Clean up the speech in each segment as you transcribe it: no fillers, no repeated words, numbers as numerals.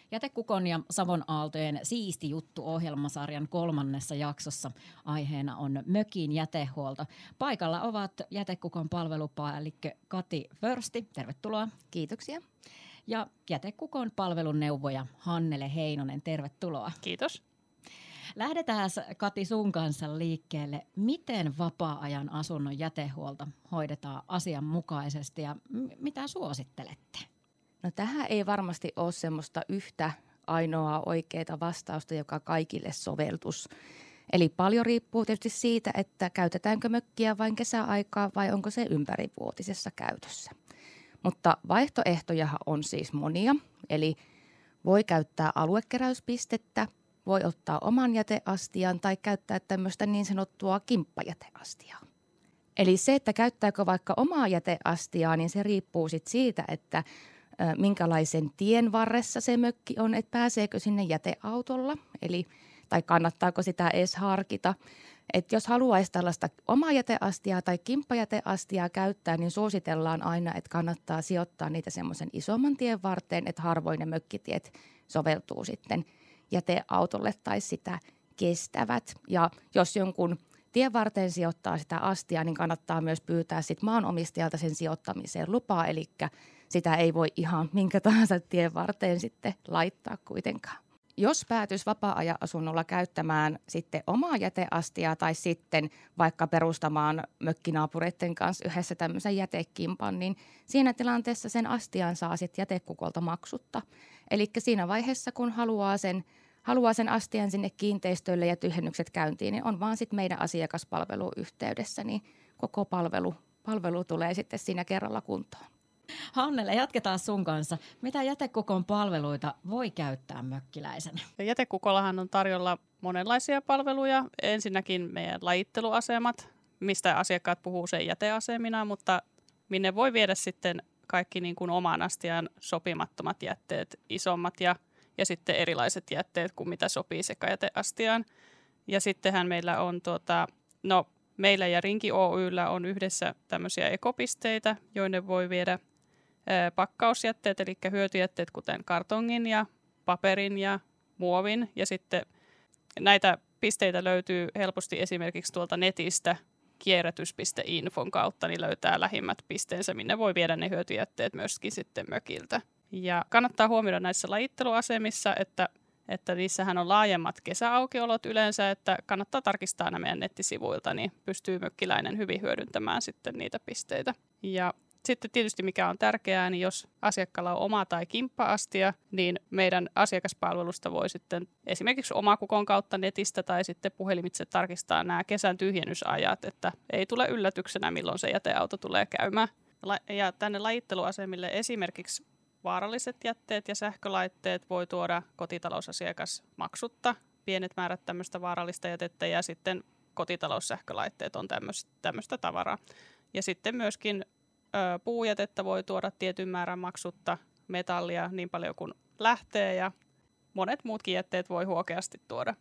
Jätekukon ja Savon Aaltojen Siisti juttu -ohjelmasarjan 3. jaksossa aiheena on mökin jätehuolto. Paikalla ovat Jätekukon palvelupäällikkö Kati Försti, tervetuloa. Kiitoksia. Ja Jätekukon palveluneuvoja Hannele Heinonen, tervetuloa. Kiitos. Lähdetään Kati sun kanssa liikkeelle. Miten vapaa-ajan asunnon jätehuolto hoidetaan asianmukaisesti ja mitä suosittelette? No tähän ei varmasti ole semmoista yhtä ainoaa oikeaa vastausta, joka kaikille soveltus. Eli paljon riippuu tietysti siitä, että käytetäänkö mökkiä vain kesäaikaa vai onko se ympärivuotisessa käytössä. Mutta vaihtoehtojahan on siis monia, eli voi käyttää aluekeräyspistettä, voi ottaa oman jäteastian tai käyttää tämmöistä niin sanottua kimppajäteastiaa. Eli se, että käyttääkö vaikka omaa jäteastiaa, niin se riippuu sitten siitä, että minkälaisen tien varressa se mökki on, että pääseekö sinne jäteautolla, tai kannattaako sitä edes harkita. Että jos haluaisi tällaista omaa jäteastiaa tai kimppajäteastiaa käyttää, niin suositellaan aina, että kannattaa sijoittaa niitä semmoisen isomman tien varteen, että harvoin ne mökkitiet soveltuu sitten jäteautolle tai sitä kestävät. Ja jos jonkun tien varteen sijoittaa sitä astiaa, niin kannattaa myös pyytää sit maanomistajalta sen sijoittamiseen lupaa, eli sitä ei voi ihan minkä tahansa tien varteen sitten laittaa kuitenkaan. Jos päätyisi vapaa-ajan asunnolla käyttämään sitten omaa jäteastiaa tai sitten vaikka perustamaan mökkinaapureiden kanssa yhdessä tämmöisen jätekimpan, niin siinä tilanteessa sen astian saa sitten jätekukolta maksutta. Eli siinä vaiheessa, kun haluaa sen astian sinne kiinteistölle ja tyhjennykset käyntiin, niin on vaan sitten meidän asiakaspalvelu yhteydessä, niin koko palvelu tulee sitten siinä kerralla kuntoon. Hannele, jatketaan sun kanssa. Mitä Jätekukon palveluita voi käyttää mökkiläisenä? Jätekukollahan on tarjolla monenlaisia palveluja. Ensinnäkin meidän lajitteluasemat, mistä asiakkaat puhuu sen jäteasemina, mutta minne voi viedä sitten kaikki niin kuin omaan astiaan sopimattomat jätteet, isommat ja sitten erilaiset jätteet kuin mitä sopii sekajäteastiaan. Ja sittenhän meillä on meillä ja Rinki Oy:llä on yhdessä tämmöisiä ekopisteitä, joiden voi viedä pakkausjätteet, eli hyötyjätteet, kuten kartongin ja paperin ja muovin. Ja sitten näitä pisteitä löytyy helposti esimerkiksi tuolta netistä kierrätys.infon kautta, niin löytää lähimmät pisteensä, minne voi viedä ne hyötyjätteet myöskin sitten mökiltä. Ja kannattaa huomioida näissä lajitteluasemissa, että niissähän on laajemmat kesäaukiolot yleensä, että kannattaa tarkistaa nämä meidän nettisivuilta, niin pystyy mökkiläinen hyvin hyödyntämään sitten niitä pisteitä. Ja sitten tietysti mikä on tärkeää, niin jos asiakkaalla on oma tai kimppa-astia, niin meidän asiakaspalvelusta voi sitten esimerkiksi Omakukon kautta netistä tai sitten puhelimitse tarkistaa nämä kesän tyhjennysajat, että ei tule yllätyksenä, milloin se jäteauto tulee käymään. Ja tänne lajitteluasemille esimerkiksi vaaralliset jätteet ja sähkölaitteet voi tuoda kotitalousasiakas maksutta. Pienet määrät tämmöistä vaarallista jätettä ja sitten kotitaloussähkölaitteet on tämmöistä tavaraa. Ja sitten myöskin puujätettä voi tuoda tietyn määrän maksutta, metallia niin paljon kuin lähtee ja monet muutkin jätteet voi huokeasti tuoda.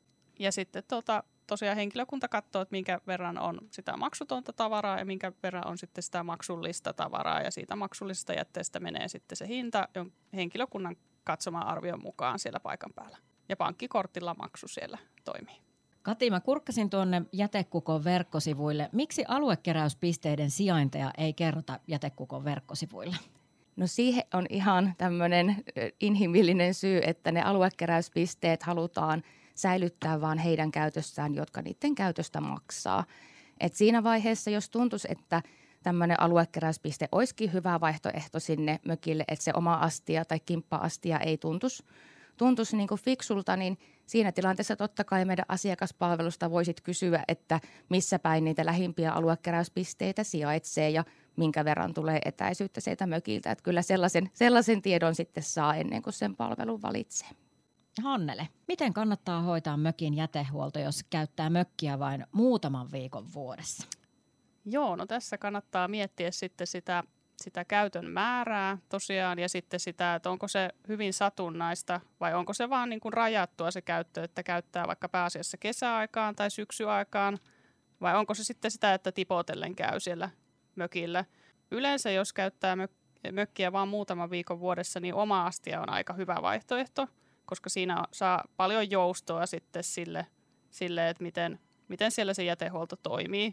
Ja sitten tosiaan henkilökunta katsoo, että minkä verran on sitä maksutonta tavaraa ja minkä verran on sitten sitä maksullista tavaraa. Ja siitä maksullisesta jätteestä menee sitten se hinta henkilökunnan katsomaan arvion mukaan siellä paikan päällä. Ja pankkikortilla maksu siellä toimii. Kati, mä kurkkasin tuonne Jätekukon verkkosivuille. Miksi aluekeräyspisteiden sijainteja ei kerrota Jätekukon verkkosivuilla? No siihen on ihan tämmöinen inhimillinen syy, että ne aluekeräyspisteet halutaan säilyttää vaan heidän käytössään, jotka niiden käytöstä maksaa. Et siinä vaiheessa, jos tuntuisi, että tämmöinen aluekeräyspiste olisikin hyvä vaihtoehto sinne mökille, että se oma astia tai kimppa-astia ei tuntuisi niin kuin fiksulta, niin siinä tilanteessa totta kai meidän asiakaspalvelusta voisit kysyä, että missä päin niitä lähimpiä aluekeräyspisteitä sijaitsee ja minkä verran tulee etäisyyttä sieltä mökiltä. Että kyllä sellaisen tiedon sitten saa ennen kuin sen palvelun valitsee. Hannele, miten kannattaa hoitaa mökin jätehuolto, jos käyttää mökkiä vain muutaman viikon vuodessa? Joo, no tässä kannattaa miettiä sitten sitä käytön määrää tosiaan ja sitten sitä, että onko se hyvin satunnaista vai onko se vaan niin kuin rajattua se käyttö, että käyttää vaikka pääasiassa kesäaikaan tai syksyaikaan vai onko se sitten sitä, että tipotellen käy siellä mökillä. Yleensä jos käyttää mökkiä vaan muutaman viikon vuodessa, niin oma astia on aika hyvä vaihtoehto, koska siinä saa paljon joustoa sitten sille että miten siellä se jätehuolto toimii.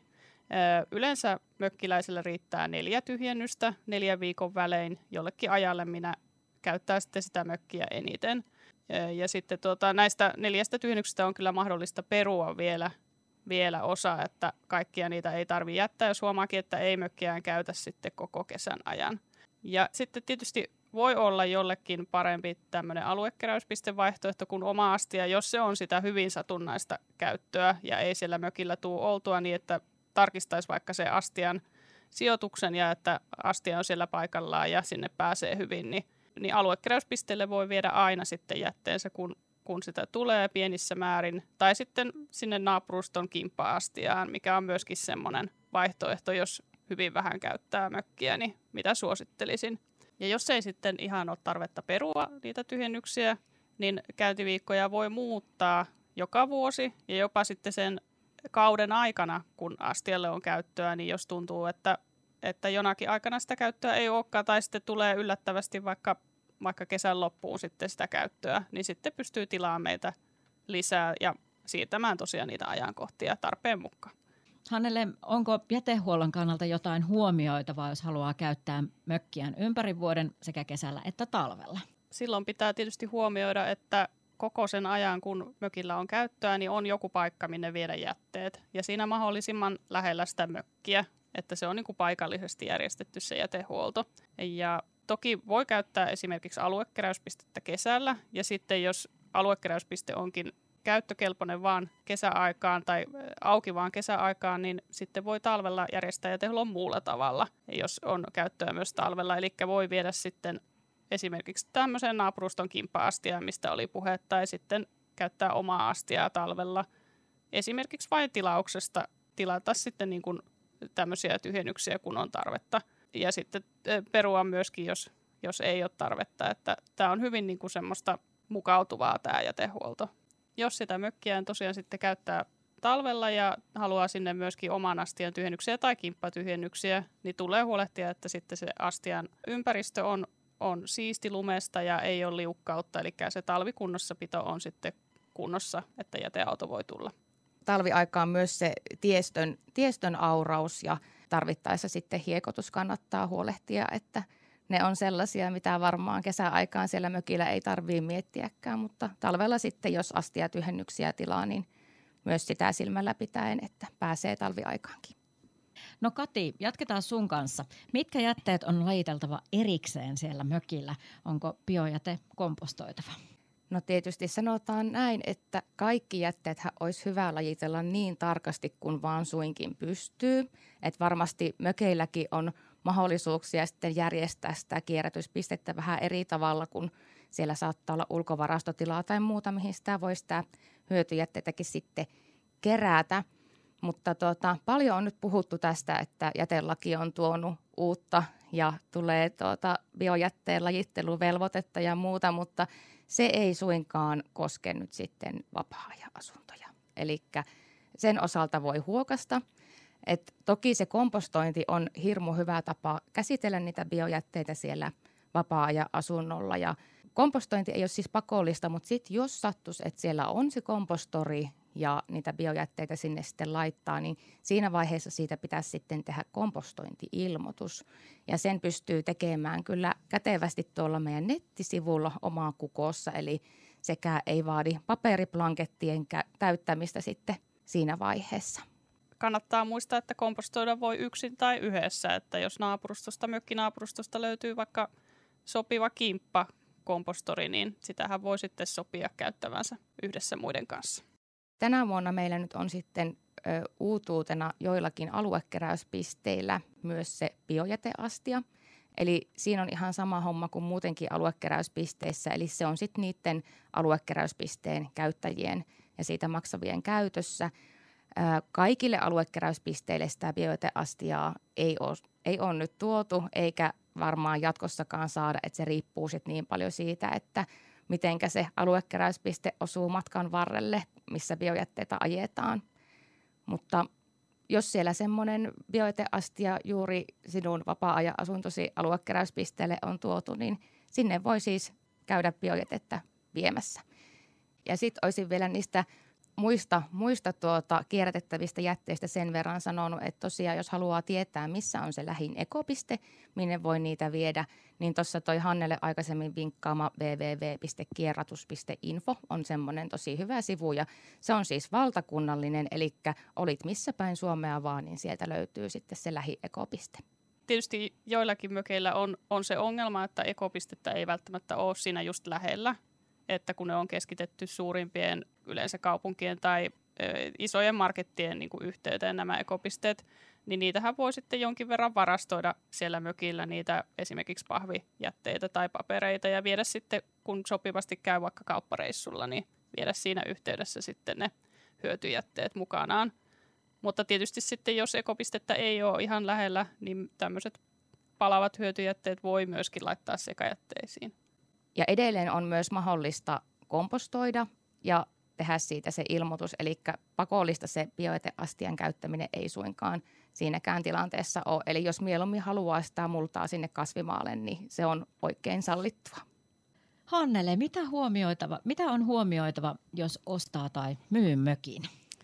Yleensä mökkiläisellä riittää 4 tyhjennystä 4 viikon välein. Jollekin ajalle minä käyttää sitten sitä mökkiä eniten. Ja sitten näistä 4 tyhjennyksestä on kyllä mahdollista perua vielä osa, että kaikkia niitä ei tarvitse jättää, jos huomaakin, että ei mökkiään käytä sitten koko kesän ajan. Ja sitten tietysti voi olla jollekin parempi tämmöinen aluekeräyspistevaihtoehto kuin oma astia, jos se on sitä hyvin satunnaista käyttöä ja ei siellä mökillä tule oltua niin, että tarkistaisi vaikka se astian sijoituksen ja että astia on siellä paikallaan ja sinne pääsee hyvin, niin aluekeräyspisteelle voi viedä aina sitten jätteensä, kun sitä tulee pienissä määrin, tai sitten sinne naapuruston kimppa-astiaan, mikä on myöskin semmoinen vaihtoehto, jos hyvin vähän käyttää mökkiä, niin mitä suosittelisin. Ja jos ei sitten ihan ole tarvetta perua niitä tyhjennyksiä, niin käyntiviikkoja voi muuttaa joka vuosi ja jopa sitten sen kauden aikana, kun astialle on käyttöä, niin jos tuntuu, että jonakin aikana sitä käyttöä ei olekaan tai sitten tulee yllättävästi vaikka kesän loppuun sitten sitä käyttöä, niin sitten pystyy tilaamaan meitä lisää ja siirtämään tosiaan niitä ajankohtia tarpeen mukaan. Hannele, onko jätehuollon kannalta jotain huomioitavaa, jos haluaa käyttää mökkiään ympäri vuoden sekä kesällä että talvella? Silloin pitää tietysti huomioida, että koko sen ajan, kun mökillä on käyttöä, niin on joku paikka, minne viedä jätteet. Ja siinä mahdollisimman lähellä sitä mökkiä, että se on niin kuin paikallisesti järjestetty se jätehuolto. Ja toki voi käyttää esimerkiksi aluekeräyspistettä kesällä, ja sitten jos aluekeräyspiste onkin käyttökelpoinen vaan kesäaikaan tai auki vaan kesäaikaan, niin sitten voi talvella järjestää jätehuollon muulla tavalla, jos on käyttöä myös talvella. Eli voi viedä sitten esimerkiksi tämmöiseen naapuruston kimppa-astiaan, mistä oli puhe, tai sitten käyttää omaa astiaa talvella. Esimerkiksi vain tilauksesta tilata sitten niin kuin tämmöisiä tyhjennyksiä, kun on tarvetta. Ja sitten perua myöskin, jos ei ole tarvetta. Että tämä on hyvin niin kuin semmoista mukautuvaa tämä jätehuolto. Jos sitä mökkiään tosiaan sitten käyttää talvella ja haluaa sinne myöskin oman astian tyhjennyksiä tai kimppatyhjennyksiä, niin tulee huolehtia, että sitten se astian ympäristö on siisti lumesta ja ei ole liukkautta. Eli se talvikunnossapito on sitten kunnossa, että jäteauto voi tulla. Talviaikaan myös se tiestön auraus ja tarvittaessa sitten hiekotus kannattaa huolehtia, että ne on sellaisia, mitä varmaan kesäaikaan siellä mökillä ei tarvitse miettiäkään, mutta talvella sitten, jos astiatyhjennyksiä tilaa, niin myös sitä silmällä pitäen, että pääsee talviaikaankin. No Kati, jatketaan sun kanssa. Mitkä jätteet on lajiteltava erikseen siellä mökillä? Onko biojäte kompostoitava? No tietysti sanotaan näin, että kaikki jätteethän olisi hyvä lajitella niin tarkasti kuin vaan suinkin pystyy. Että varmasti mökeilläkin on mahdollisuuksia sitten järjestää sitä kierrätyspistettä vähän eri tavalla, kun siellä saattaa olla ulkovarastotilaa tai muuta, mihin sitä voi sitä hyötyjätteitäkin sitten kerätä. Mutta paljon on nyt puhuttu tästä, että jätelaki on tuonut uutta ja tulee biojätteen lajitteluvelvoitetta ja muuta, mutta se ei suinkaan koske nyt sitten vapaa-ajan asuntoja. Eli sen osalta voi huokasta. Et toki se kompostointi on hirmu hyvä tapa käsitellä niitä biojätteitä siellä vapaa-ajan asunnolla. Ja kompostointi ei ole siis pakollista, mutta sitten jos sattuisi, että siellä on se kompostori ja niitä biojätteitä sinne sitten laittaa, niin siinä vaiheessa siitä pitäisi sitten tehdä kompostointi-ilmoitus. Ja sen pystyy tekemään kyllä kätevästi tuolla meidän nettisivulla omaa kukossa, eli sekä ei vaadi paperiplankettien täyttämistä sitten siinä vaiheessa. Kannattaa muistaa, että kompostoida voi yksin tai yhdessä, että jos mökkinaapurustosta löytyy vaikka sopiva kimppakompostori, niin sitähän voi sitten sopia käyttävänsä yhdessä muiden kanssa. Tänä vuonna meillä nyt on sitten uutuutena joillakin aluekeräyspisteillä myös se biojäteastia. Eli siinä on ihan sama homma kuin muutenkin aluekeräyspisteissä, eli se on sitten niiden aluekeräyspisteen käyttäjien ja siitä maksavien käytössä. Kaikille aluekeräyspisteille sitä biojäteastiaa ei ole nyt tuotu, eikä varmaan jatkossakaan saada, että se riippuu sitten niin paljon siitä, että mitenkä se aluekeräyspiste osuu matkan varrelle, missä biojätteitä ajetaan. Mutta jos siellä semmoinen biojäteastia juuri sinun vapaa-ajan asuntosi aluekeräyspisteelle on tuotu, niin sinne voi siis käydä biojätettä viemässä. Ja sitten olisin vielä niistä muista kierrätettävistä jätteistä sen verran sanonut, että tosiaan jos haluaa tietää, missä on se lähin ekopiste, minne voi niitä viedä, niin tuossa toi Hannele aikaisemmin vinkkaama www.kierratus.info on semmoinen tosi hyvä sivu ja se on siis valtakunnallinen, eli olit missä päin Suomea vaan, niin sieltä löytyy sitten se lähiekopiste. Tietysti joillakin mökeillä on se ongelma, että ekopistettä ei välttämättä ole siinä just lähellä, että kun ne on keskitetty suurimpien yleensä kaupunkien tai isojen markettien niin kuin yhteyteen nämä ekopisteet, niin niitähän voi sitten jonkin verran varastoida siellä mökillä niitä esimerkiksi pahvijätteitä tai papereita ja viedä sitten, kun sopivasti käy vaikka kauppareissulla, niin viedä siinä yhteydessä sitten ne hyötyjätteet mukanaan. Mutta tietysti sitten, jos ekopistettä ei ole ihan lähellä, niin tämmöiset palavat hyötyjätteet voi myöskin laittaa sekajätteisiin. Ja edelleen on myös mahdollista kompostoida ja tehdä siitä se ilmoitus, eli pakollista se biojäteastian käyttäminen ei suinkaan siinäkään tilanteessa ole. Eli jos mieluummin haluaa sitä multaa sinne kasvimaalle, niin se on oikein sallittua. Hannele, mitä on huomioitava, jos ostaa tai myy mökin?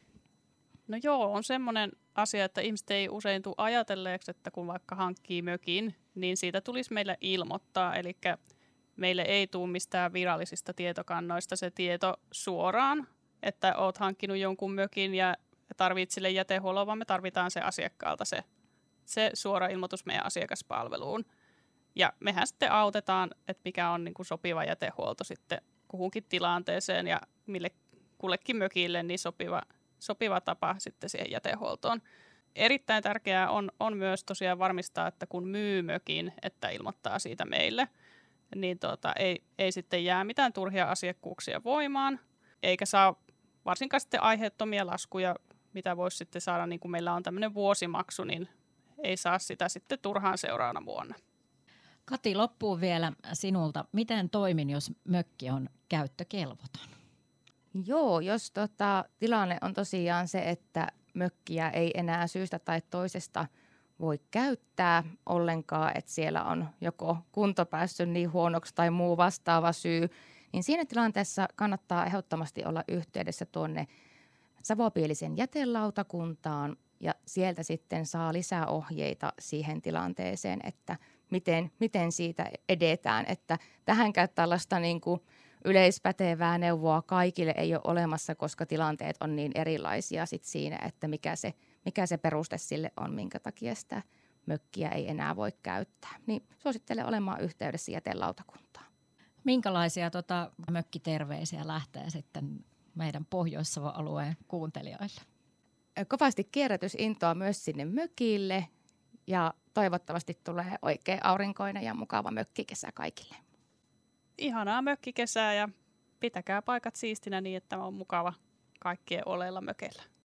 No joo, on semmoinen asia, että ihmiset ei usein tule ajatelleeksi, että kun vaikka hankkii mökin, niin siitä tulisi meille ilmoittaa. Eli meille ei tule mistään virallisista tietokannoista se tieto suoraan, että oot hankkinut jonkun mökin ja tarvitset sille jätehuollon, vaan me tarvitaan se asiakkaalta se suora ilmoitus meidän asiakaspalveluun. Ja mehän sitten autetaan, että mikä on niin kuin sopiva jätehuolto sitten kuhunkin tilanteeseen ja mille kullekin mökille niin sopiva tapa sitten siihen jätehuoltoon. Erittäin tärkeää on myös tosiaan varmistaa, että kun myy mökin, että ilmoittaa siitä meille, niin ei sitten jää mitään turhia asiakkuuksia voimaan, eikä saa varsinkaan sitten aiheettomia laskuja, mitä voisi sitten saada, niin kuin meillä on tämmöinen vuosimaksu, niin ei saa sitä sitten turhaan seuraavana vuonna. Kati, loppuun vielä sinulta. Miten toimin, jos mökki on käyttökelvoton? Joo, jos tilanne on tosiaan se, että mökkiä ei enää syystä tai toisesta voi käyttää ollenkaan, että siellä on joko kunto päässyt niin huonoksi tai muu vastaava syy, niin siinä tilanteessa kannattaa ehdottomasti olla yhteydessä tuonne Savopielisen jätelautakuntaan ja sieltä sitten saa lisää ohjeita siihen tilanteeseen, että miten siitä edetään, että tähänkään tällaista niin kuin yleispätevää neuvoa kaikille ei ole olemassa, koska tilanteet on niin erilaisia sit siinä, että mikä se peruste sille on, minkä takia sitä mökkiä ei enää voi käyttää. Niin suosittelen olemaan yhteydessä jätelautakuntaan. Minkälaisia mökkiterveisiä lähtee sitten meidän Pohjois-Savon alueen kuuntelijoille? Kovasti kierrätysintoa myös sinne mökille ja toivottavasti tulee oikein aurinkoinen ja mukava mökkikesä kaikille. Ihanaa mökkikesää ja pitäkää paikat siistinä niin, että on mukava kaikkien oleilla mökeillä.